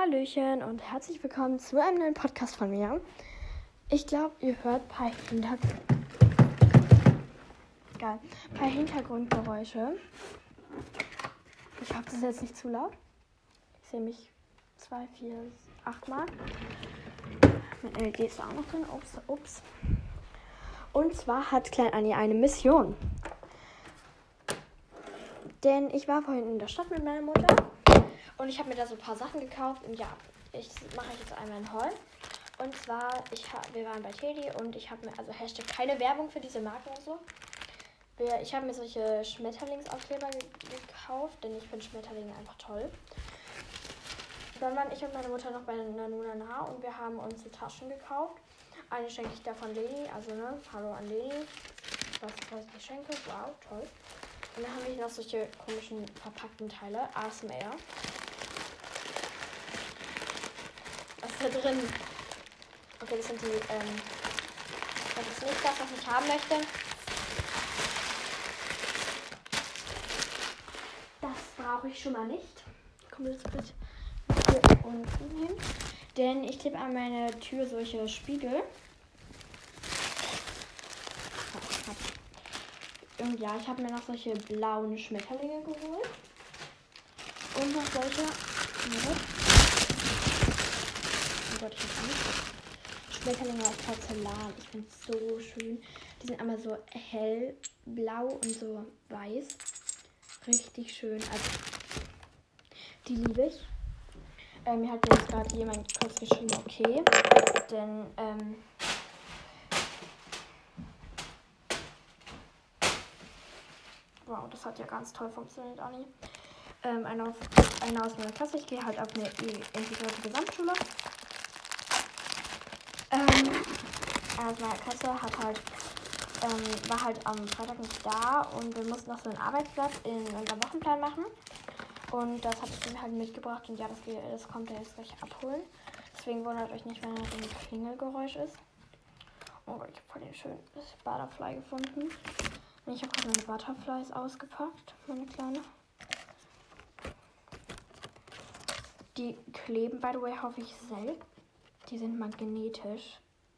Hallöchen und herzlich willkommen zu einem neuen Podcast von mir. Ich glaube, ihr hört ein paar Hintergrundgeräusche. Ich hoffe, das ist jetzt nicht zu laut. Ich sehe mich 2, 4, 8 Mal. Mit LED ist da auch noch drin. Ups. Und zwar hat Klein Anni eine Mission. Denn ich war vorhin in der Stadt mit meiner Mutter und ich habe mir da so ein paar Sachen gekauft. Und ja, ich mache euch jetzt einmal ein Haul. Und zwar, wir waren bei Teddy und ich habe mir, also Hashtag keine Werbung für diese Marken und so. Ich habe mir solche Schmetterlingsaufkleber gekauft, denn ich finde Schmetterlinge einfach toll. Dann waren ich und meine Mutter noch bei Nanuna Nah und wir haben uns die Taschen gekauft. Eine schenke ich da von Leni, also ne, hallo an Leni. Was ich schenke, wow, toll. Und dann habe ich noch solche komischen verpackten Teile, ASMR. Was ist da drin? Okay, das sind die, das ist nicht das, was ich haben möchte. Das brauche ich schon mal nicht. Kommt jetzt bitte hier unten hin. Denn ich klebe an meine Tür solche Spiegel. Und ja, ich habe mir noch solche blauen Schmetterlinge geholt. Und noch solche. Oh Gott, ich weiß nicht. Schmetterlinge aus Porzellan. Ich finde es so schön. Die sind einmal so hellblau und so weiß. Richtig schön. Also, die liebe ich. Mir hat jetzt gerade jemand kurz geschrieben, okay. Denn, wow, das hat ja ganz toll funktioniert, Anni. Einer aus meiner Klasse. Ich gehe halt auf eine integrierte Gesamtschule. Einer aus meiner Klasse war halt am Freitag nicht da und wir mussten noch so einen Arbeitsblatt in unserem Wochenplan machen. Und das habe ich ihm halt mitgebracht und ja, das kommt er jetzt gleich abholen. Deswegen wundert euch nicht, wenn da so ein Klingelgeräusch ist. Oh Gott, ich habe voll den schönen Butterfly gefunden. Und ich habe gerade meine Butterflies ausgepackt, meine Kleine. Die kleben, by the way, hoffe ich selbst. Die sind magnetisch.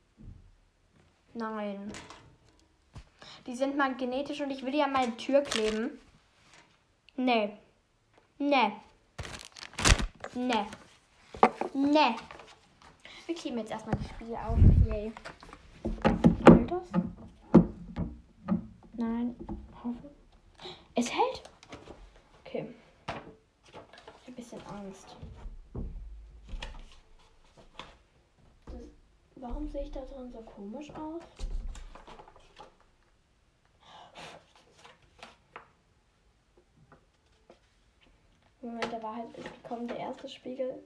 Nein. Die sind magnetisch und ich will die an meine Tür kleben. Nee. Wir kleben jetzt erstmal die Spiegel auf. Yay. Hält das? Nein. Hoffe. Es hält? Okay. Ich habe ein bisschen Angst. Warum sehe ich da drin so komisch aus? Moment der Wahrheit ist gekommen, der erste Spiegel.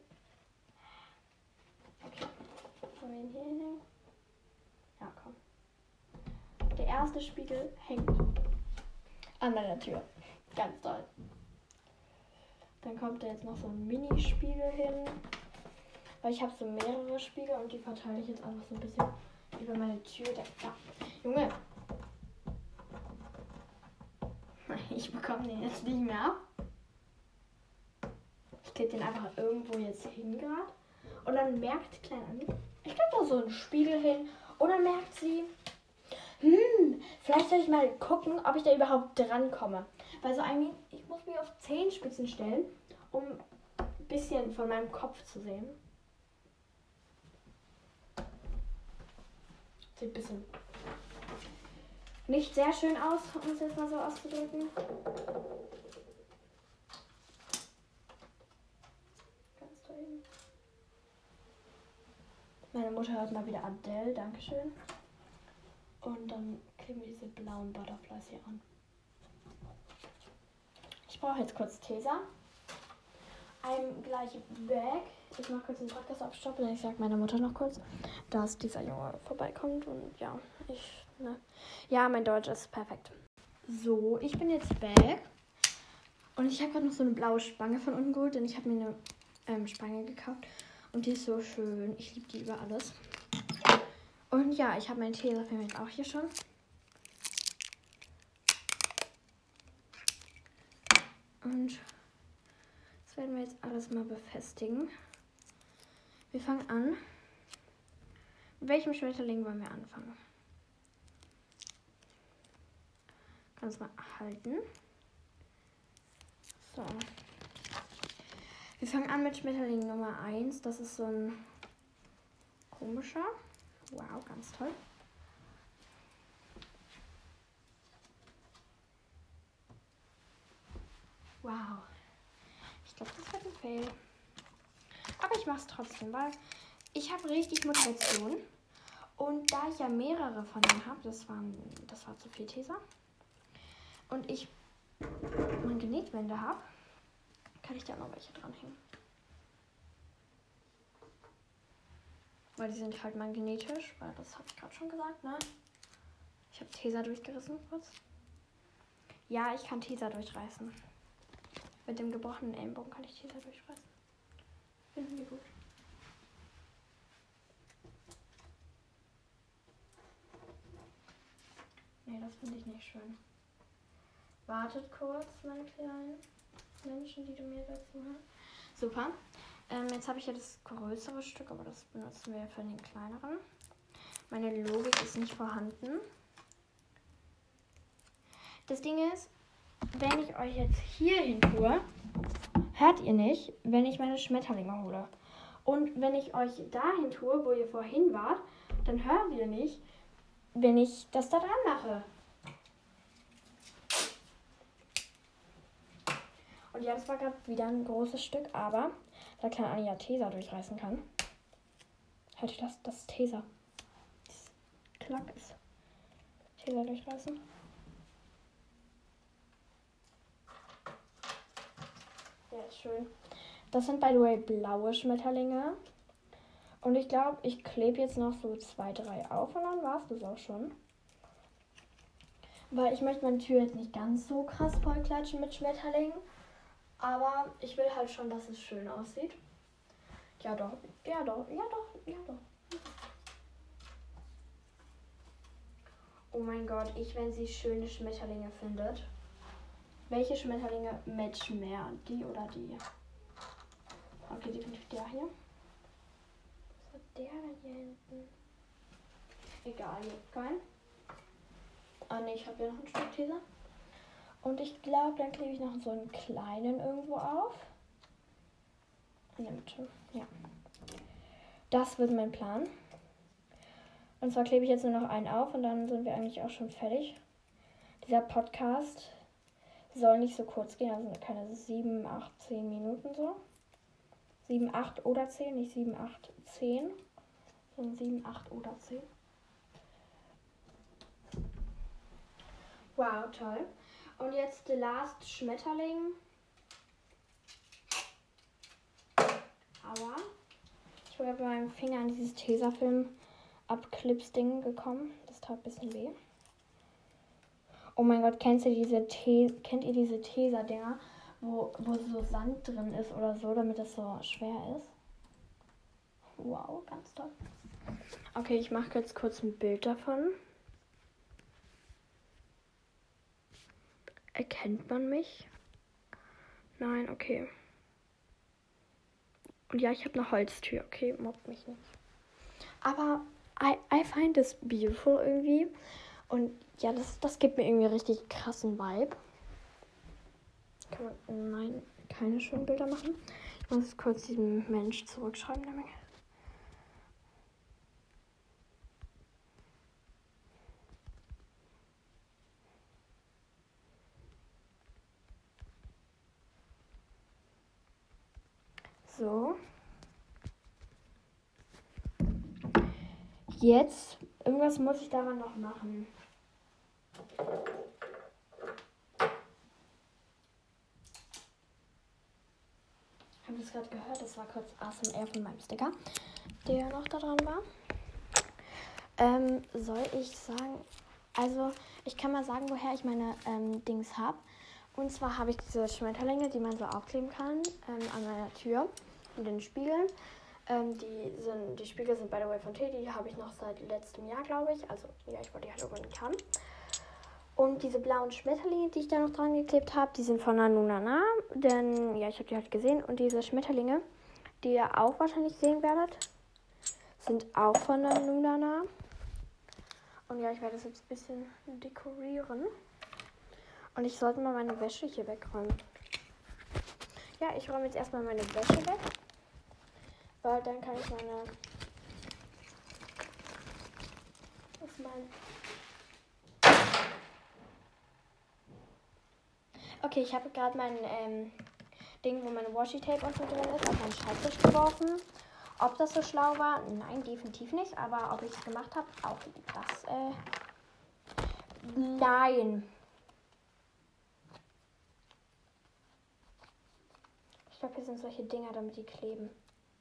Okay. Wollen wir ihn hier hinhängen? Ja, komm. Der erste Spiegel hängt an meiner Tür. Ganz toll. Dann kommt da jetzt noch so ein Mini-Spiegel hin. Weil ich habe so mehrere Spiegel und die verteile ich jetzt einfach so ein bisschen über meine Tür. Ja. Junge. Ich bekomme den jetzt nicht mehr ab. Ich klebe den einfach irgendwo jetzt hin gerade. Und dann merkt Klein Anni, ich klebe da so einen Spiegel hin. Und dann merkt sie, vielleicht soll ich mal gucken, ob ich da überhaupt dran komme. Weil so eigentlich, ich muss mich auf Zehenspitzen stellen, um ein bisschen von meinem Kopf zu sehen. Sieht ein bisschen nicht sehr schön aus, um es jetzt mal so auszudrücken. Ganz toll. Meine Mutter hört mal wieder Adele, dankeschön. Und dann kleben wir diese blauen Butterflies hier an. Ich brauche jetzt kurz Tesa. Ein gleich Bag. Ich mache kurz den Podcast abstoppen und ich sage meiner Mutter noch kurz, dass dieser Junge vorbeikommt. Und ja, ja, mein Deutsch ist perfekt. So, ich bin jetzt back. Und ich habe gerade noch so eine blaue Spange von unten geholt, denn ich habe mir eine Spange gekauft. Und die ist so schön. Ich liebe die über alles. Und ja, ich habe meinen Tesafilm jetzt auch hier schon. Und das werden wir jetzt alles mal befestigen. Wir fangen an. Mit welchem Schmetterling wollen wir anfangen? Kannst mal halten. So. Wir fangen an mit Schmetterling Nummer 1. Das ist so ein komischer. Wow, ganz toll. Wow. Ich glaube, das wird ein Fail. Aber ich mache es trotzdem, weil ich habe richtig Motivation. Und da ich ja mehrere von denen habe, das war zu viel Tesa. Und ich Magnetwände habe, kann ich da noch welche dranhängen. Weil die sind halt magnetisch, weil das habe ich gerade schon gesagt, ne? Ich habe Tesa durchgerissen kurz. Ja, ich kann Tesa durchreißen. Mit dem gebrochenen Ellenbogen kann ich Tesa durchreißen. Finden wir gut. Nee, das finde ich nicht schön. Wartet kurz, meine kleinen Menschen, die du mir dazu hast. Super. Jetzt habe ich ja das größere Stück, aber das benutzen wir ja für den kleineren. Meine Logik ist nicht vorhanden. Das Ding ist, wenn ich euch jetzt hier hin tue, hört ihr nicht, wenn ich meine Schmetterlinge hole. Und wenn ich euch dahin tue, wo ihr vorhin wart, dann hört ihr nicht, wenn ich das da dran mache. Und ja, das war gerade wieder ein großes Stück, aber da kleine Anja Tesa durchreißen kann. Hört ihr das? Das ist Tesa. Das Klack ist Tesa durchreißen. Ja, ist schön. Das sind, by the way, blaue Schmetterlinge. Und ich glaube, ich klebe jetzt noch so 2, 3 auf und dann war es das auch schon. Weil ich möchte meine Tür jetzt nicht ganz so krass vollklatschen mit Schmetterlingen. Aber ich will halt schon, dass es schön aussieht. Ja doch, ja doch, ja doch, ja doch. Oh mein Gott, wenn sie schöne Schmetterlinge findet. Welche Schmetterlinge matchen mehr? Die oder die? Okay, definitiv der hier. Was hat der denn hier hinten? Egal, jetzt kein. Ah ne, ich habe ja noch ein Stück Tesa. Und ich glaube, dann klebe ich noch so einen kleinen irgendwo auf. In der Mitte, ja. Das wird mein Plan. Und zwar klebe ich jetzt nur noch einen auf und dann sind wir eigentlich auch schon fertig. Dieser Podcast soll nicht so kurz gehen, also keine 7, 8, 10 Minuten so. 7, 8 oder 10, nicht 7, 8, 10. Sondern 7, 8 oder 10. Wow, toll. Und jetzt the last Schmetterling. Aua. Ich bin bei meinem Finger an dieses Tesafilm-Abclips-Ding gekommen. Das tat ein bisschen weh. Oh mein Gott, kennt ihr diese Tesa-Dinger, wo so Sand drin ist oder so, damit das so schwer ist? Wow, ganz toll. Okay, ich mache jetzt kurz ein Bild davon. Erkennt man mich? Nein, okay. Und ja, ich habe eine Holztür. Okay, mobbt mich nicht. Aber I find this beautiful irgendwie. Und ja, das gibt mir irgendwie richtig krassen Vibe. Kann man, nein, keine schönen Bilder machen. Ich muss jetzt kurz diesen Mensch zurückschreiben. Damit. So. Jetzt, irgendwas muss ich daran noch machen. Ich habe das gerade gehört, das war kurz ASMR von meinem Sticker, der noch da dran war. Soll ich sagen, also ich kann mal sagen, woher ich meine Dings habe. Und zwar habe ich diese Schmetterlinge, die man so aufkleben kann, an meiner Tür und den Spiegeln. Die Spiegel sind by the way von Teddy, die habe ich noch seit letztem Jahr, glaube ich. Also ja, ich wollte die halt irgendwann haben. Und diese blauen Schmetterlinge, die ich da noch dran geklebt habe, die sind von Nanunana. Denn ja, ich habe die halt gesehen. Und diese Schmetterlinge, die ihr auch wahrscheinlich sehen werdet, sind auch von der Nunana. Und ja, ich werde das jetzt ein bisschen dekorieren. Und ich sollte mal meine Wäsche hier wegräumen. Ja, ich räume jetzt erstmal meine Wäsche weg. Weil dann kann ich meine... Was ist mein... Okay, ich habe gerade mein Ding, wo meine Washi-Tape und so drin ist, auf meinen Schreibtisch geworfen. Ob das so schlau war? Nein, definitiv nicht. Aber ob ich es gemacht habe? Auch das, nein. Ich glaube, hier sind solche Dinger, damit die kleben.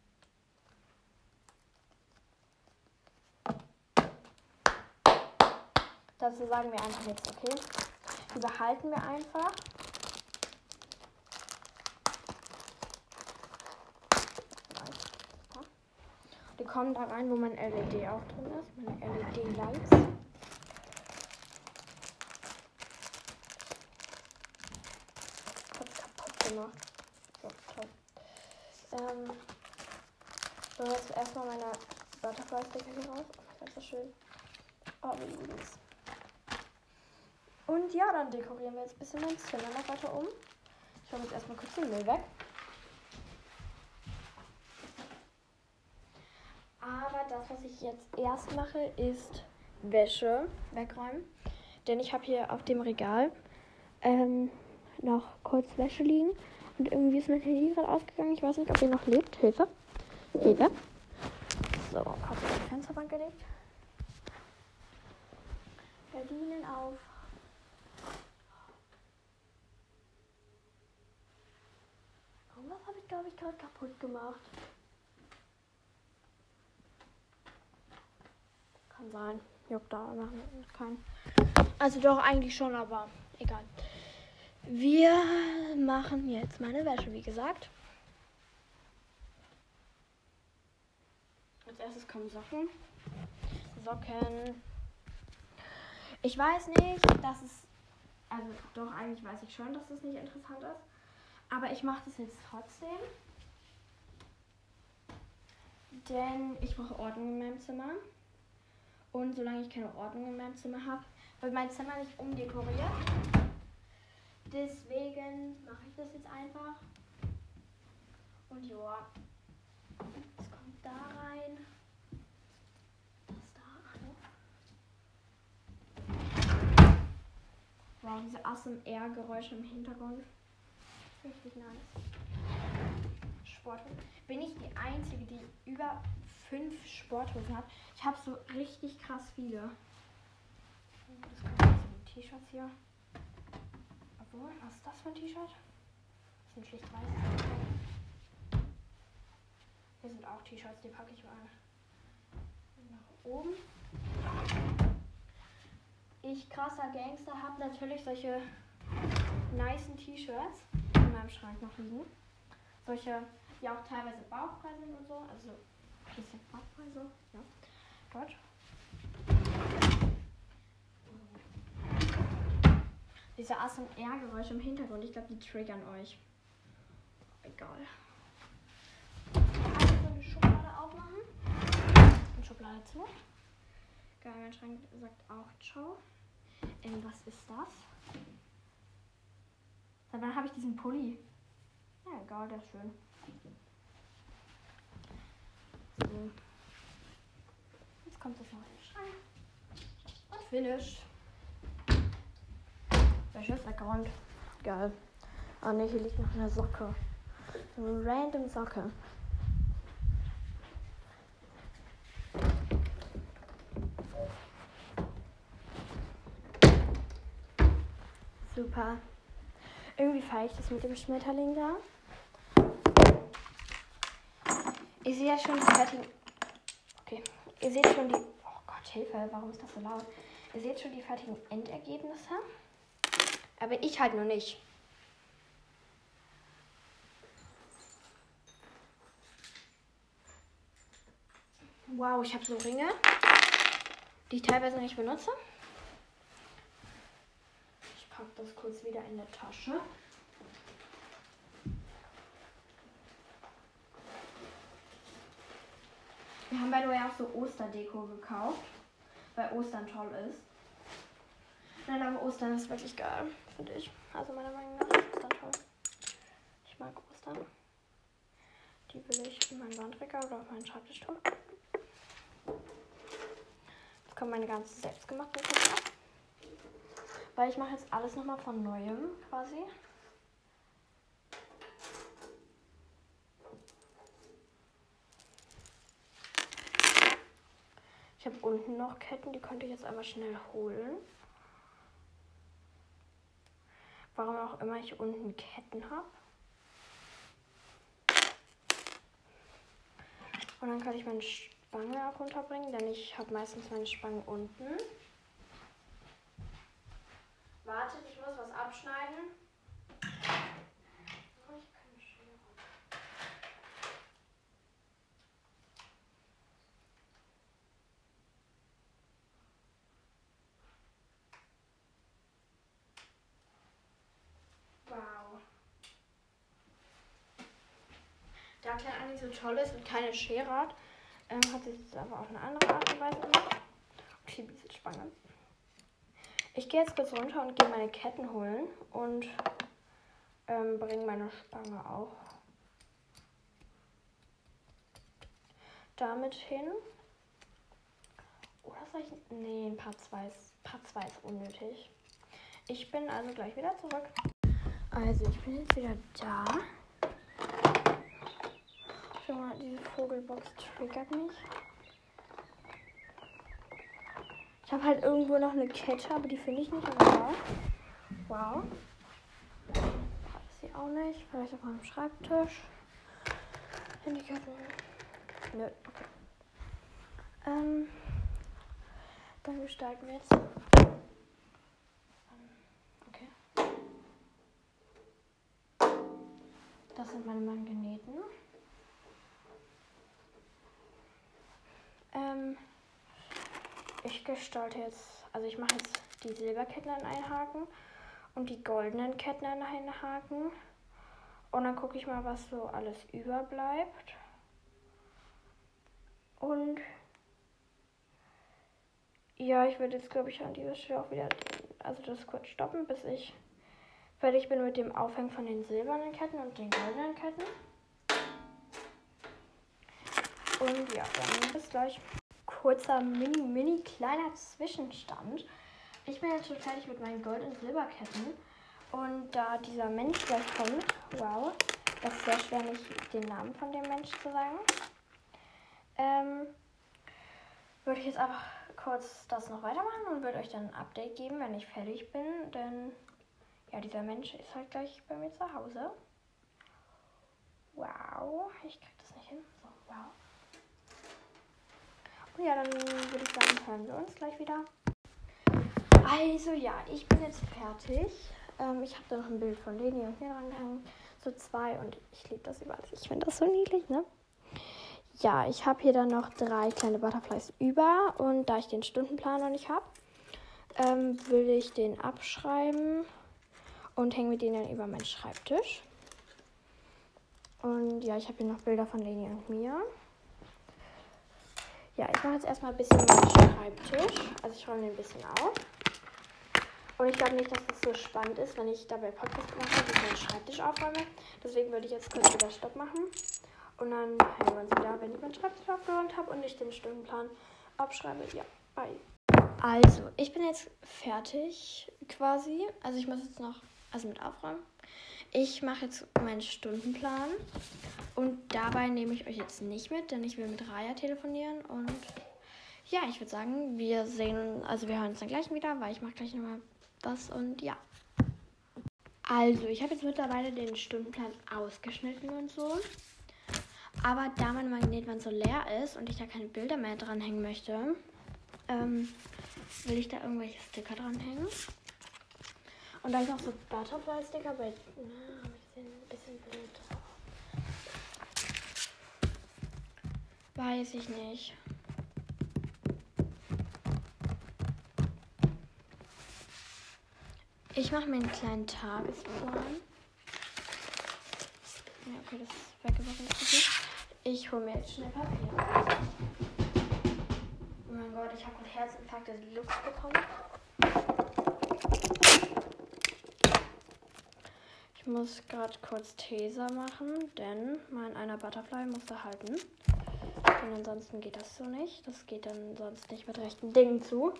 Dazu sagen wir einfach nichts, okay? Die behalten wir einfach. Die kommen da rein, wo mein LED auch drin ist. Meine LED-Lights. Ich hab's kaputt gemacht. So, toll. So, jetzt erstmal meine Butterfly-Sticker hier raus. Oh, das ist so schön. Oh, wie lieb es. Und ja, dann dekorieren wir jetzt ein bisschen mein Zimmer noch weiter um. Ich hole jetzt erstmal kurz den Müll weg. Aber das, was ich jetzt erst mache, ist Wäsche wegräumen. Denn ich habe hier auf dem Regal noch kurz Wäsche liegen. Und irgendwie ist mein Handy gerade ausgegangen. Ich weiß nicht, ob ihr noch lebt. Hilfe. Hilfe. So, kurz auf die Fensterbank gelegt. Gardinen auf. Irgendwas habe ich, glaube ich, gerade kaputt gemacht. Kann sein. Juckt da machen keinen. Also doch, eigentlich schon, aber egal. Wir machen jetzt meine Wäsche, wie gesagt. Als erstes kommen Socken. Socken. Ich weiß nicht, dass es... Also doch, eigentlich weiß ich schon, dass das nicht interessant ist. Aber ich mache das jetzt trotzdem. Denn ich brauche Ordnung in meinem Zimmer. Und solange ich keine Ordnung in meinem Zimmer habe, wird mein Zimmer nicht umdekoriert. Deswegen mache ich das jetzt einfach. Und ja, das kommt da rein. Das da an. Wow, diese ASMR-Geräusche im Hintergrund. Richtig nice. Sporthosen. Bin ich die Einzige, die über 5 Sporthosen hat? Ich habe so richtig krass viele. Das kommt jetzt in die T-Shirts hier. Obwohl, was ist das für ein T-Shirt? Das sind schlicht weißes T-Shirt. Hier sind auch T-Shirts, die packe ich mal nach oben. Ich, krasser Gangster, habe natürlich solche nicen T-Shirts in meinem Schrank noch liegen. Solche, die auch teilweise Bauchfrei sind und so. Also, ein bisschen Bauchfrei so. Ja, dort. Diese ASMR-Geräusche im Hintergrund, ich glaube, die triggern euch. Egal. Also eine Schublade aufmachen. Und Schublade zu. Geil, mein Schrank sagt auch ciao. Was ist das? Seit wann habe ich diesen Pulli? Ja, egal, der ist schön. So. Jetzt kommt das noch in den Schrank. Und finished. Wäsche ist weggeräumt. Geil. Oh ne, hier liegt noch eine Socke. So eine random Socke. Super. Irgendwie feiere ich das mit dem Schmetterling da. Ich sehe ja schon die fertigen... Okay. Ihr seht schon die... Oh Gott, Hilfe, warum ist das so laut? Ihr seht schon die fertigen Endergebnisse. Aber ich halt noch nicht. Wow, ich habe so Ringe, die ich teilweise nicht benutze. Ich packe das kurz wieder in der Tasche. Wir haben bei the way auch so Osterdeko gekauft, weil Ostern toll ist. Nein, aber Ostern ist wirklich geil, finde ich. Also meiner Meinung nach ist Ostern toll. Ich mag Ostern. Die will ich in meinen Wandregal oder auf meinen Schreibtisch tun. Jetzt kommen meine ganzen selbstgemachten Kuchen ab. Weil ich mache jetzt alles nochmal von Neuem quasi. Ich habe unten noch Ketten, die könnte ich jetzt einmal schnell holen. Warum auch immer ich unten Ketten habe. Und dann kann ich meine Spange auch runterbringen, denn ich habe meistens meine Spangen unten. Wartet, ich muss was abschneiden. Oh, ich habe keine Schere. Wow. Da Klein Anni so toll ist und keine Schere hat, hat sie es aber auf eine andere Art und Weise gemacht. Und ich liebe diese Spange. Ich gehe jetzt kurz runter und gehe meine Ketten holen und bringe meine Spange auch damit hin. Oder soll ich... Nee, Part 2 ist unnötig. Ich bin also gleich wieder zurück. Also, ich bin jetzt wieder da. Schau mal, diese Vogelbox triggert mich. Ich habe halt irgendwo noch eine Kette, aber die finde ich nicht. Aber wow. Da ist sie auch nicht. Vielleicht auf meinem Schreibtisch. Handykette. Nö, okay. Dann gestalten wir jetzt. Okay. Das sind meine Magneten. Ich gestalte jetzt, also ich mache jetzt die Silberketten an einen Haken und die goldenen Ketten an einen Haken. Und dann gucke ich mal, was so alles überbleibt. Und ja, ich werde jetzt, glaube ich, an dieser Stelle auch wieder, also das kurz stoppen, bis ich fertig bin mit dem Aufhängen von den silbernen Ketten und den goldenen Ketten. Und ja, dann bis gleich. Kurzer, mini kleiner Zwischenstand. Ich bin jetzt schon fertig mit meinen Gold- und Silberketten. Und da dieser Mensch gleich kommt, wow, das ist sehr schwer, nicht den Namen von dem Mensch zu sagen, würde ich jetzt einfach kurz das noch weitermachen und würde euch dann ein Update geben, wenn ich fertig bin. Denn ja, dieser Mensch ist halt gleich bei mir zu Hause. Wow, ich krieg das nicht hin. So, wow. Und ja, dann würde ich sagen, hören wir uns gleich wieder. Also ja, ich bin jetzt fertig. Ich habe da noch ein Bild von Leni und mir dran gehangen. So 2 und ich liebe das über alles. Ich finde das so niedlich, ne? Ja, ich habe hier dann noch 3 kleine Butterflies über. Und da ich den Stundenplan noch nicht habe, will ich den abschreiben und hänge mit denen dann über meinen Schreibtisch. Und ja, ich habe hier noch Bilder von Leni und mir. Ja, ich mache jetzt erstmal ein bisschen meinen Schreibtisch. Also ich räume den ein bisschen auf. Und ich glaube nicht, dass das so spannend ist, wenn ich dabei Podcast mache, wie ich meinen Schreibtisch aufräume. Deswegen würde ich jetzt kurz wieder Stopp machen. Und dann hören wir uns wieder, wenn ich meinen Schreibtisch aufgeräumt habe und ich den Stundenplan abschreibe. Ja, bye. Also, ich bin jetzt fertig quasi. Also ich muss jetzt noch, also mit aufräumen. Ich mache jetzt meinen Stundenplan. Und dabei nehme ich euch jetzt nicht mit, denn ich will mit Raya telefonieren. Und ja, ich würde sagen, wir hören uns dann gleich wieder, weil ich mache gleich nochmal was und ja. Also, ich habe jetzt mittlerweile den Stundenplan ausgeschnitten und so. Aber da mein Magnetband so leer ist und ich da keine Bilder mehr dranhängen möchte, will ich da irgendwelche Sticker dranhängen. Und da ich noch so Butterfly-Sticker bei... die sehen ein bisschen blöd aus. Weiß ich nicht. Ich mache mir einen kleinen Tagesplan. Ja, okay, das ist weggeworfen. Ich hole mir jetzt schnell Papier. Oh mein Gott, ich habe einen Herzinfarkt des Lux bekommen. Ich muss gerade kurz Tesa machen, denn mein einer Butterfly muss da halten. Und ansonsten geht das so nicht. Das geht dann sonst nicht mit rechten Dingen zu.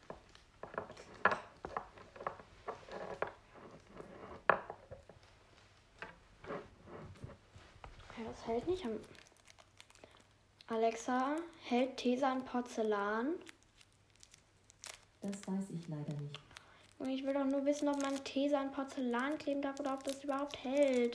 Ja, das hält nicht. Alexa, hält Tesa an Porzellan? Das weiß ich leider nicht. Und ich will doch nur wissen, ob man Tesa an Porzellan kleben darf oder ob das überhaupt hält.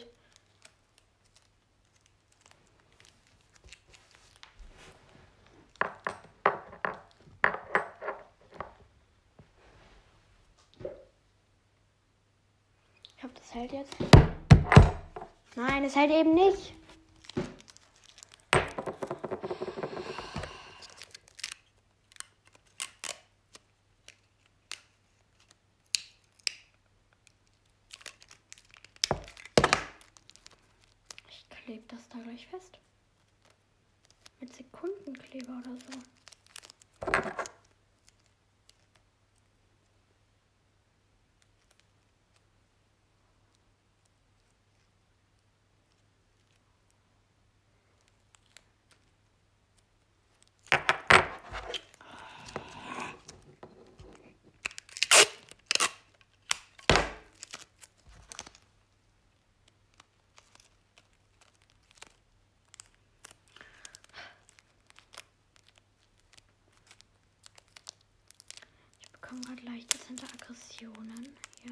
Ich hoffe, das hält jetzt. Nein, es hält eben nicht. Ich klebe das da gleich fest. Mit Sekundenkleber oder so. Ich bekomme gerade leicht dezente Aggressionen. Ja.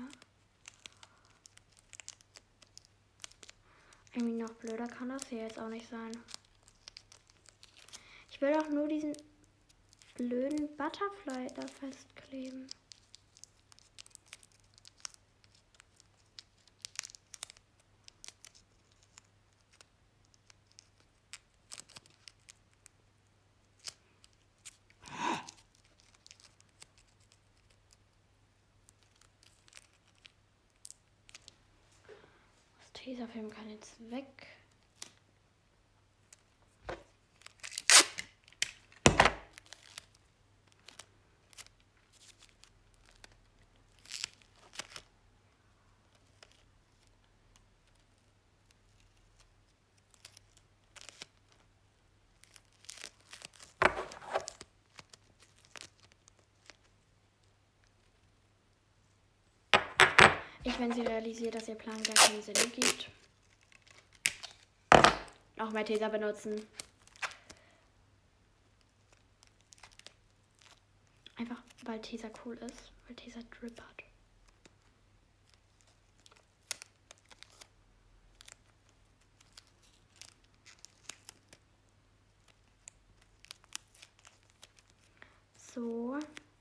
Irgendwie noch blöder kann das hier jetzt auch nicht sein. Ich will doch nur diesen blöden Butterfly da festkleben. Das Tesafilm kann jetzt weg. Wenn sie realisiert, dass ihr Plan gar keinen Sinn gibt. Auch mal Tesa benutzen. Einfach, weil Tesa cool ist. Weil Tesa Drip hat. So.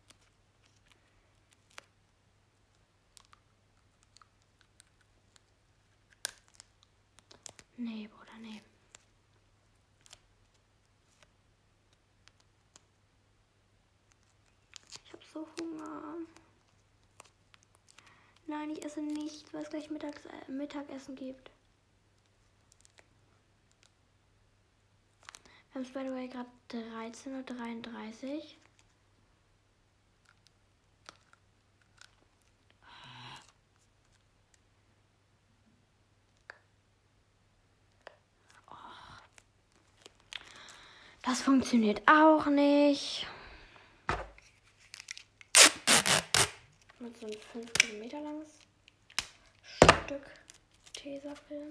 Nee, Bruder, nee. Ich hab so Hunger. Nein, ich esse nicht, weil es gleich Mittagessen gibt. Wir haben es, by the way, gerade 13:33 Uhr. Das funktioniert auch nicht. Mit so einem 5 Kilometer langes Stück Tesafilm.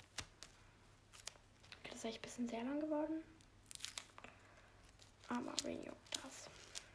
Das ist echt ein bisschen sehr lang geworden. Aber wen juckt das?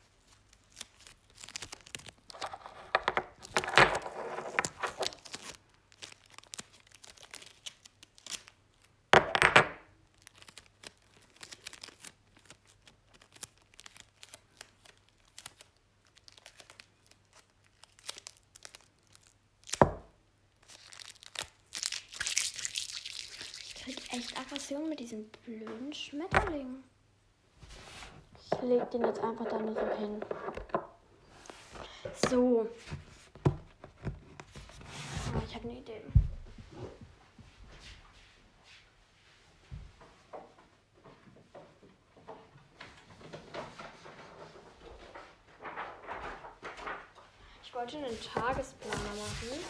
Ich krieg echt Aggression mit diesem blöden Schmetterling. Ich leg den jetzt einfach da nur so hin. So. Oh, ich habe eine Idee. wollte einen Tagesplaner machen.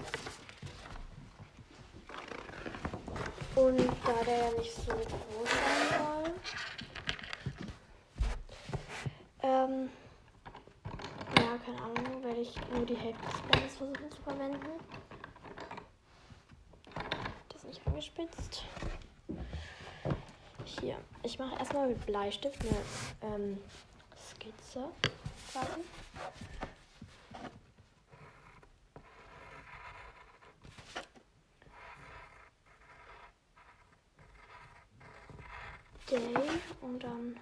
Und da der ja nicht so groß sein soll, ja, keine Ahnung, werde ich nur die Hälfte des Blattes versuchen zu verwenden. Das ist nicht angespitzt. Hier, ich mache erstmal mit Bleistift eine Skizze quasi. Day und dann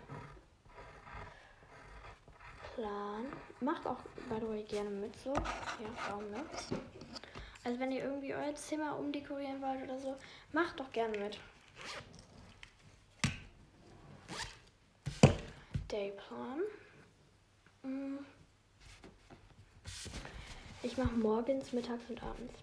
Plan. Macht auch, by the way, gerne mit so. Ja, warum nicht? Also wenn ihr irgendwie euer Zimmer umdekorieren wollt oder so, macht doch gerne mit. Dayplan. Ich mache morgens, mittags und abends.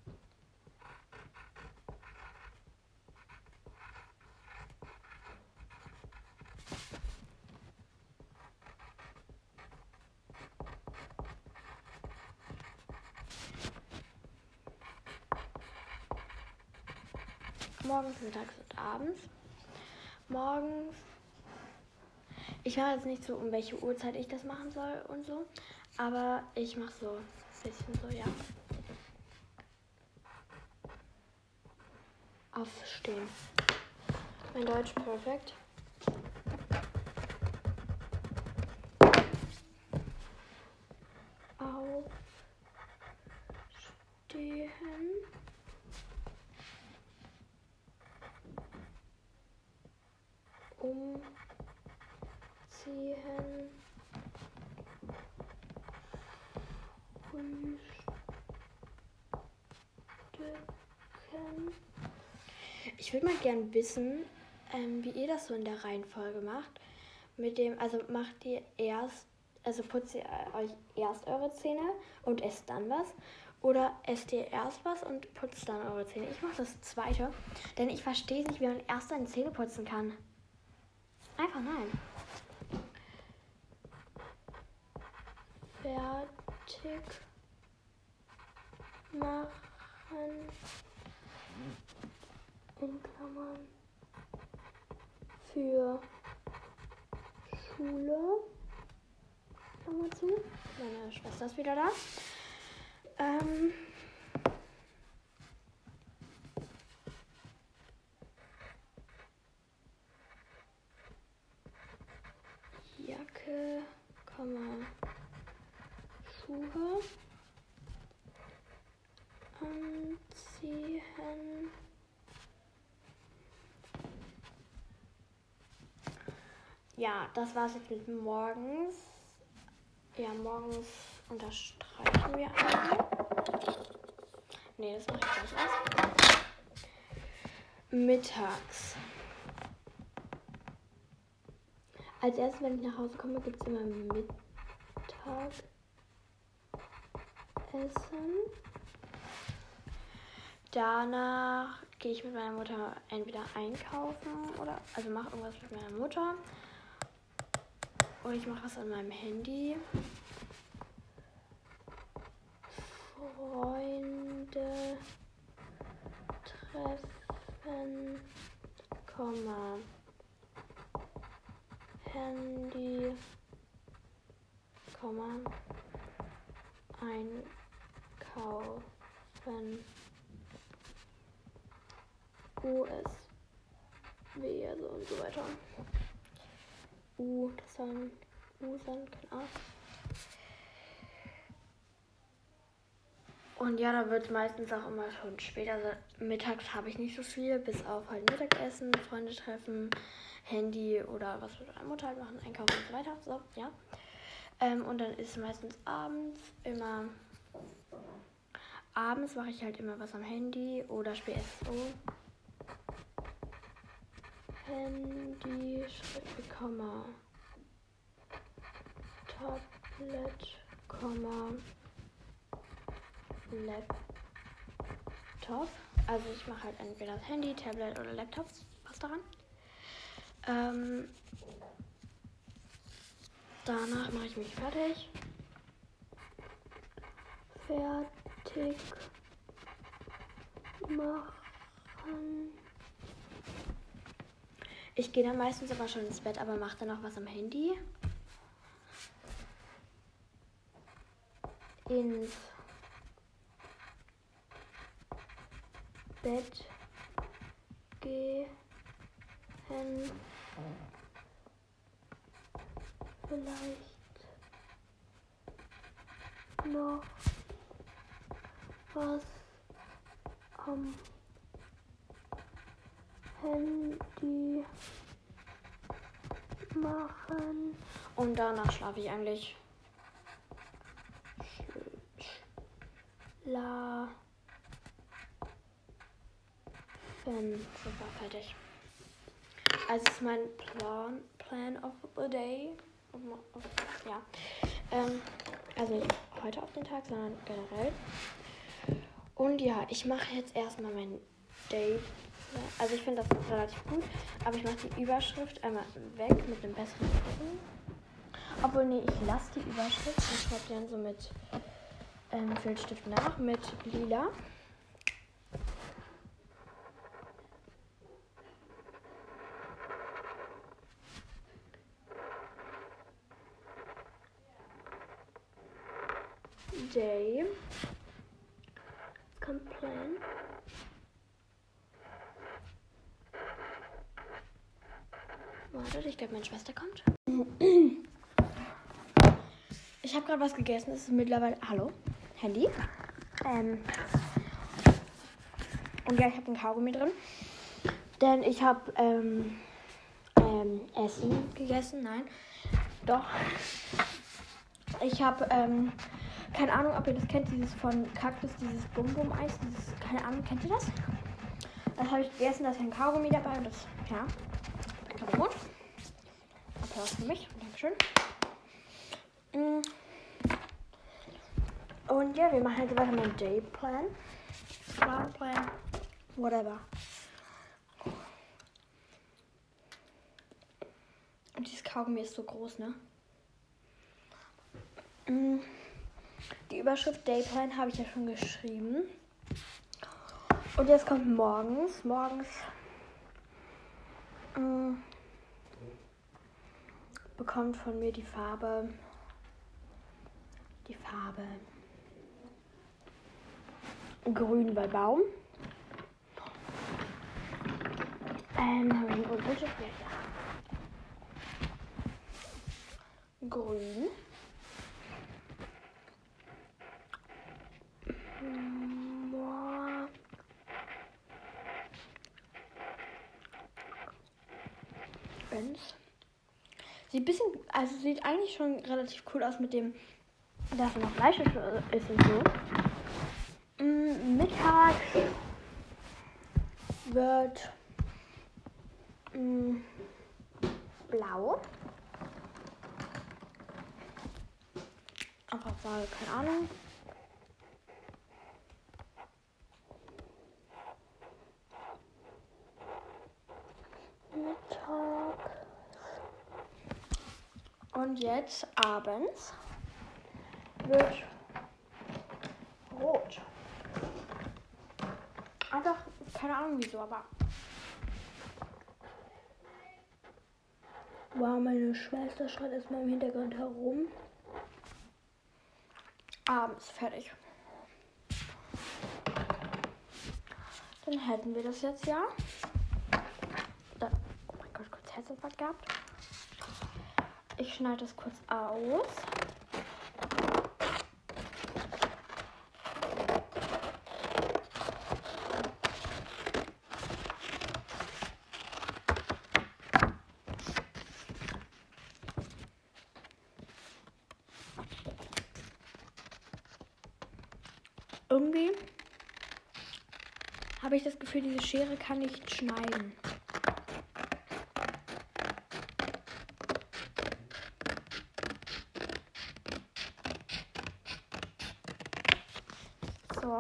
Morgens, mittags und abends. Morgens. Ich weiß jetzt nicht so, um welche Uhrzeit ich das machen soll und so. Aber ich mache so ein bisschen so, ja. Aufstehen. Mein Deutsch perfekt. Aufstehen. Umziehen. Frühstücken. Ich würde mal gern wissen, wie ihr das so in der Reihenfolge macht. Mit dem, also macht ihr erst, also putzt ihr euch erst eure Zähne und esst dann was? Oder esst ihr erst was und putzt dann eure Zähne? Ich mache das zweite, denn ich verstehe nicht, wie man erst seine Zähne putzen kann. Einfach nein. Fertig machen. In Klammern. Für Schule. Klammer zu. Meine Schwester ist wieder da. Jacke, Schuhe anziehen. Ja, das war's jetzt mit morgens. Ja, morgens unterstreichen wir einmal. Nee, das mache ich gleich erst. Mittags. Als erstes, wenn ich nach Hause komme, gibt es immer Mittagessen. Danach gehe ich mit meiner Mutter entweder einkaufen oder also mache irgendwas mit meiner Mutter. Oder ich mache was an meinem Handy. Freunde treffen, Handy, einkaufen, USB, also und so weiter. Das dann sein, keine Ahnung. Und ja, da wird es meistens auch immer schon später. Also mittags habe ich nicht so viel, bis auf halt Mittagessen, Freunde treffen, Handy oder was wird meine Mutter halt machen, einkaufen und so weiter. So, ja. Und dann ist meistens abends mache ich halt immer was am Handy oder spiele SO. Handy, Komma, Tablet, Laptop. Also ich mache halt entweder das Handy, Tablet oder Laptop. Was daran? Danach mache ich mich fertig. fertig machen. Ich gehe dann meistens aber schon ins Bett, aber mache dann noch was am Handy. Ins Bett gehen. Vielleicht noch was am Handy machen. Und danach schlafe ich eigentlich. Schlafen. Super, fertig. Also ist mein Plan of the day. Ja. Also nicht heute auf den Tag, sondern generell. Und ja, ich mache jetzt erstmal mein Day. Also ich finde das relativ gut, aber ich mache die Überschrift einmal weg mit einem besseren Titel. Obwohl, nee, ich lasse die Überschrift und schreibe die dann so mit Filzstift nach, mit lila. Day. Jetzt kommt Plan. Wartet, ich glaube, meine Schwester kommt. Ich habe gerade was gegessen. Es ist mittlerweile... Hallo? Handy? Und ja, ich habe ein Kaugummi drin. Denn ich habe Essen gegessen. Nein. Doch. Ich habe... keine Ahnung, ob ihr das kennt. Dieses von Kaktus, dieses Bum-Bum-Eis. Keine Ahnung, kennt ihr das? Das habe ich gegessen. Da ist ein Kaugummi dabei. Und das... Ja. Gut. Applaus für mich. Dankeschön. Und ja, wir machen jetzt weiter mit Dayplan. Plan, whatever. Und dieses Kaugummi ist so groß, ne? Die Überschrift Dayplan habe ich ja schon geschrieben. Und jetzt kommt morgens. Bekommt von mir die Farbe grün bei Baum. Grün. Sieht ein bisschen, also sieht eigentlich schon relativ cool aus mit dem, dass noch Fleisch ist und so. Mittags wird blau. Einfach mal, keine Ahnung. Mittag. Und jetzt abends wird rot. Einfach, keine Ahnung wieso, aber... Wow, meine Schwester schreit erstmal im Hintergrund herum. Abends fertig. Dann hätten wir das jetzt ja. Oh mein Gott, kurz Herzinfarkt gehabt. Ich schneide das kurz aus. Irgendwie habe ich das Gefühl, diese Schere kann nicht schneiden. So.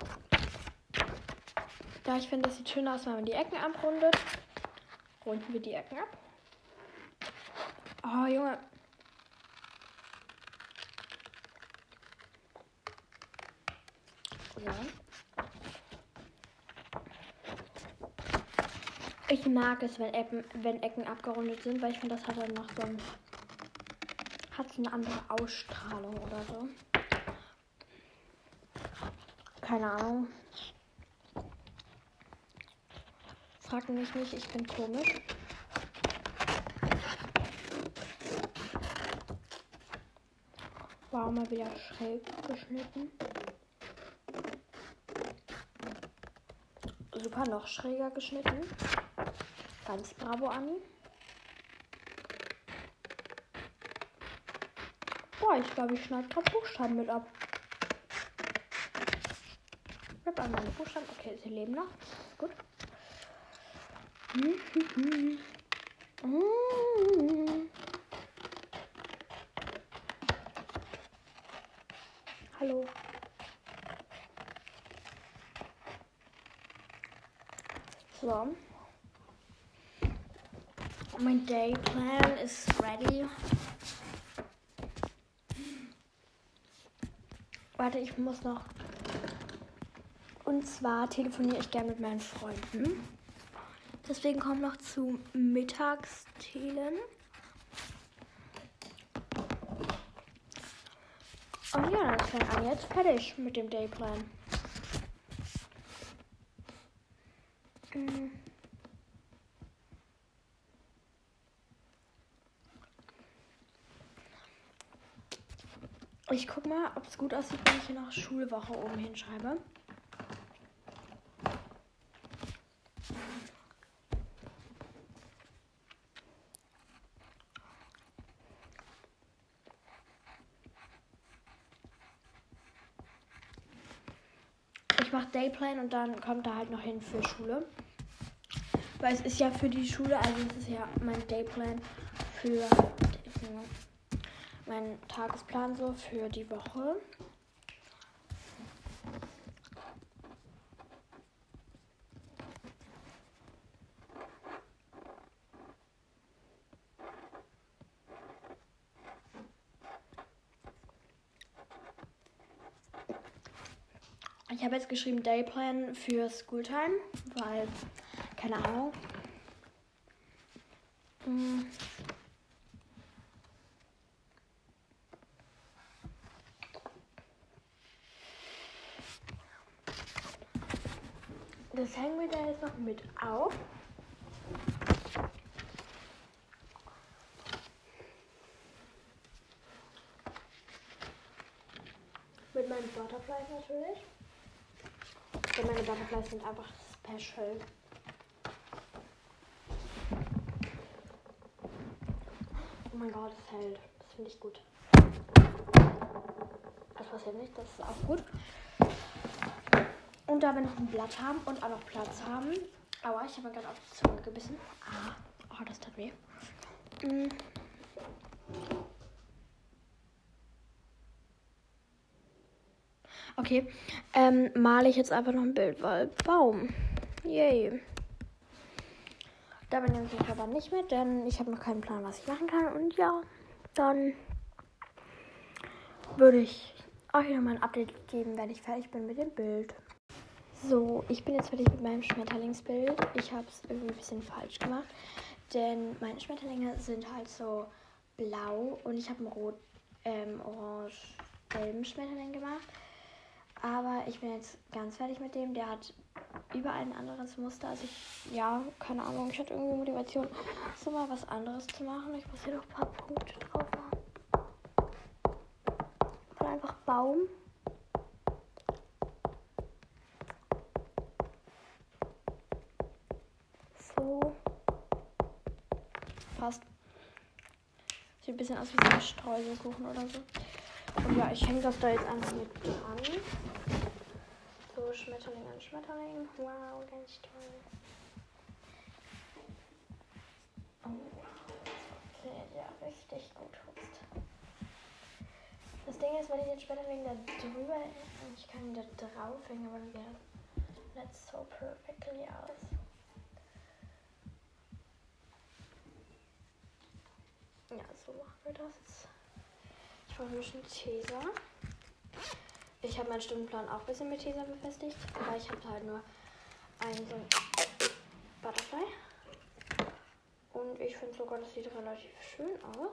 Da ich finde, das sieht schön aus, wenn man die Ecken abrundet. Runden wir die Ecken ab. Oh, Junge. So. Ich mag es, wenn Ecken abgerundet sind, weil ich finde, das hat dann noch so eine andere Ausstrahlung oder so. Keine Ahnung. Frag mich nicht, ich bin komisch. War auch mal wieder schräg geschnitten. Super, noch schräger geschnitten. Ganz bravo, Anni. Boah, ich glaube, ich schneide gerade Buchstaben mit ab. Ich habe einmal meine Buchstaben. Okay, sie leben noch. Gut. Hallo. So. Mein Dayplan ist ready. Warte, ich muss noch. Und zwar telefoniere ich gerne mit meinen Freunden. Deswegen kommen noch zu Mittagstelen. Und ja, dann ist dann jetzt fertig mit dem Dayplan. Ich guck mal, ob es gut aussieht, wenn ich hier noch Schulwoche oben hinschreibe. Ich mache Dayplan und dann kommt da halt noch hin für Schule. Weil es ist ja für die Schule, also es ist ja mein Dayplan für mein Tagesplan so für die Woche. Ich habe jetzt geschrieben Dayplan für Schooltime, weil, keine Ahnung. Das hängen wir da jetzt noch mit auf. Mit meinen Butterflies natürlich. Denn meine Butterflies sind einfach special. Oh mein Gott, es hält. Das finde ich gut. Das passiert nicht, das ist auch gut. Und da wir noch ein Blatt haben und auch noch Platz haben. Aua, ich habe mir gerade auf die Zunge gebissen. Oh, das tat weh. Okay, male ich jetzt einfach noch ein Bild, weil Baum. Yay. Da bin ich aber nicht mit, denn ich habe noch keinen Plan, was ich machen kann. Und ja, dann würde ich euch nochmal ein Update geben, wenn ich fertig bin mit dem Bild. So, ich bin jetzt fertig mit meinem Schmetterlingsbild. Ich habe es irgendwie ein bisschen falsch gemacht, denn meine Schmetterlinge sind halt so blau und ich habe einen orange-gelben Schmetterling gemacht. Aber ich bin jetzt ganz fertig mit dem. Der hat überall ein anderes Muster. Also keine Ahnung. Ich hatte irgendwie Motivation, so mal was anderes zu machen. Ich muss hier noch ein paar Punkte drauf machen. Oder einfach Baum. So. Passt. Sieht ein bisschen aus wie so ein Streuselkuchen oder so. Und ja, ich hänge das da jetzt einfach mit dran. So, Schmetterling an Schmetterling. Wow, ganz toll. Oh, das sieht ja richtig gut aus. Das Ding ist, wenn ich den Schmetterling da drüber, ich kann ihn da drauf hängen, aber dann that's so perfectly aus. Ja, so machen wir das. Ich brauche ein bisschen Tesa. Ich habe meinen Stundenplan auch ein bisschen mit Tesa befestigt, weil ich habe halt nur einen so ein Butterfly. Und ich finde sogar, das sieht relativ schön aus.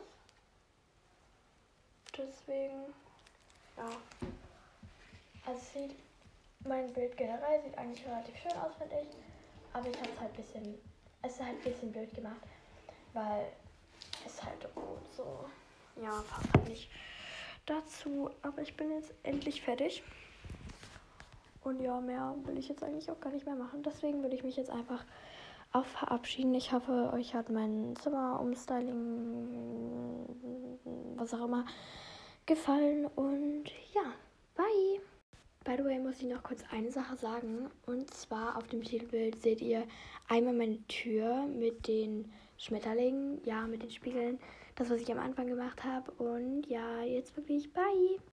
Deswegen, ja. Also mein Bild generell sieht eigentlich relativ schön aus, finde ich. Aber ich habe es halt ein bisschen blöd gemacht, weil es halt rot so, ja, passt halt nicht dazu. Aber ich bin jetzt endlich fertig. Und ja, mehr will ich jetzt eigentlich auch gar nicht mehr machen. Deswegen würde ich mich jetzt einfach auch verabschieden. Ich hoffe, euch hat mein Zimmer, Umstyling, was auch immer, gefallen. Und ja, bye! By the way, muss ich noch kurz eine Sache sagen. Und zwar auf dem Titelbild seht ihr einmal meine Tür mit den Schmetterlingen, ja, mit den Spiegeln. Das, was ich am Anfang gemacht habe. Und ja, jetzt wirklich bye!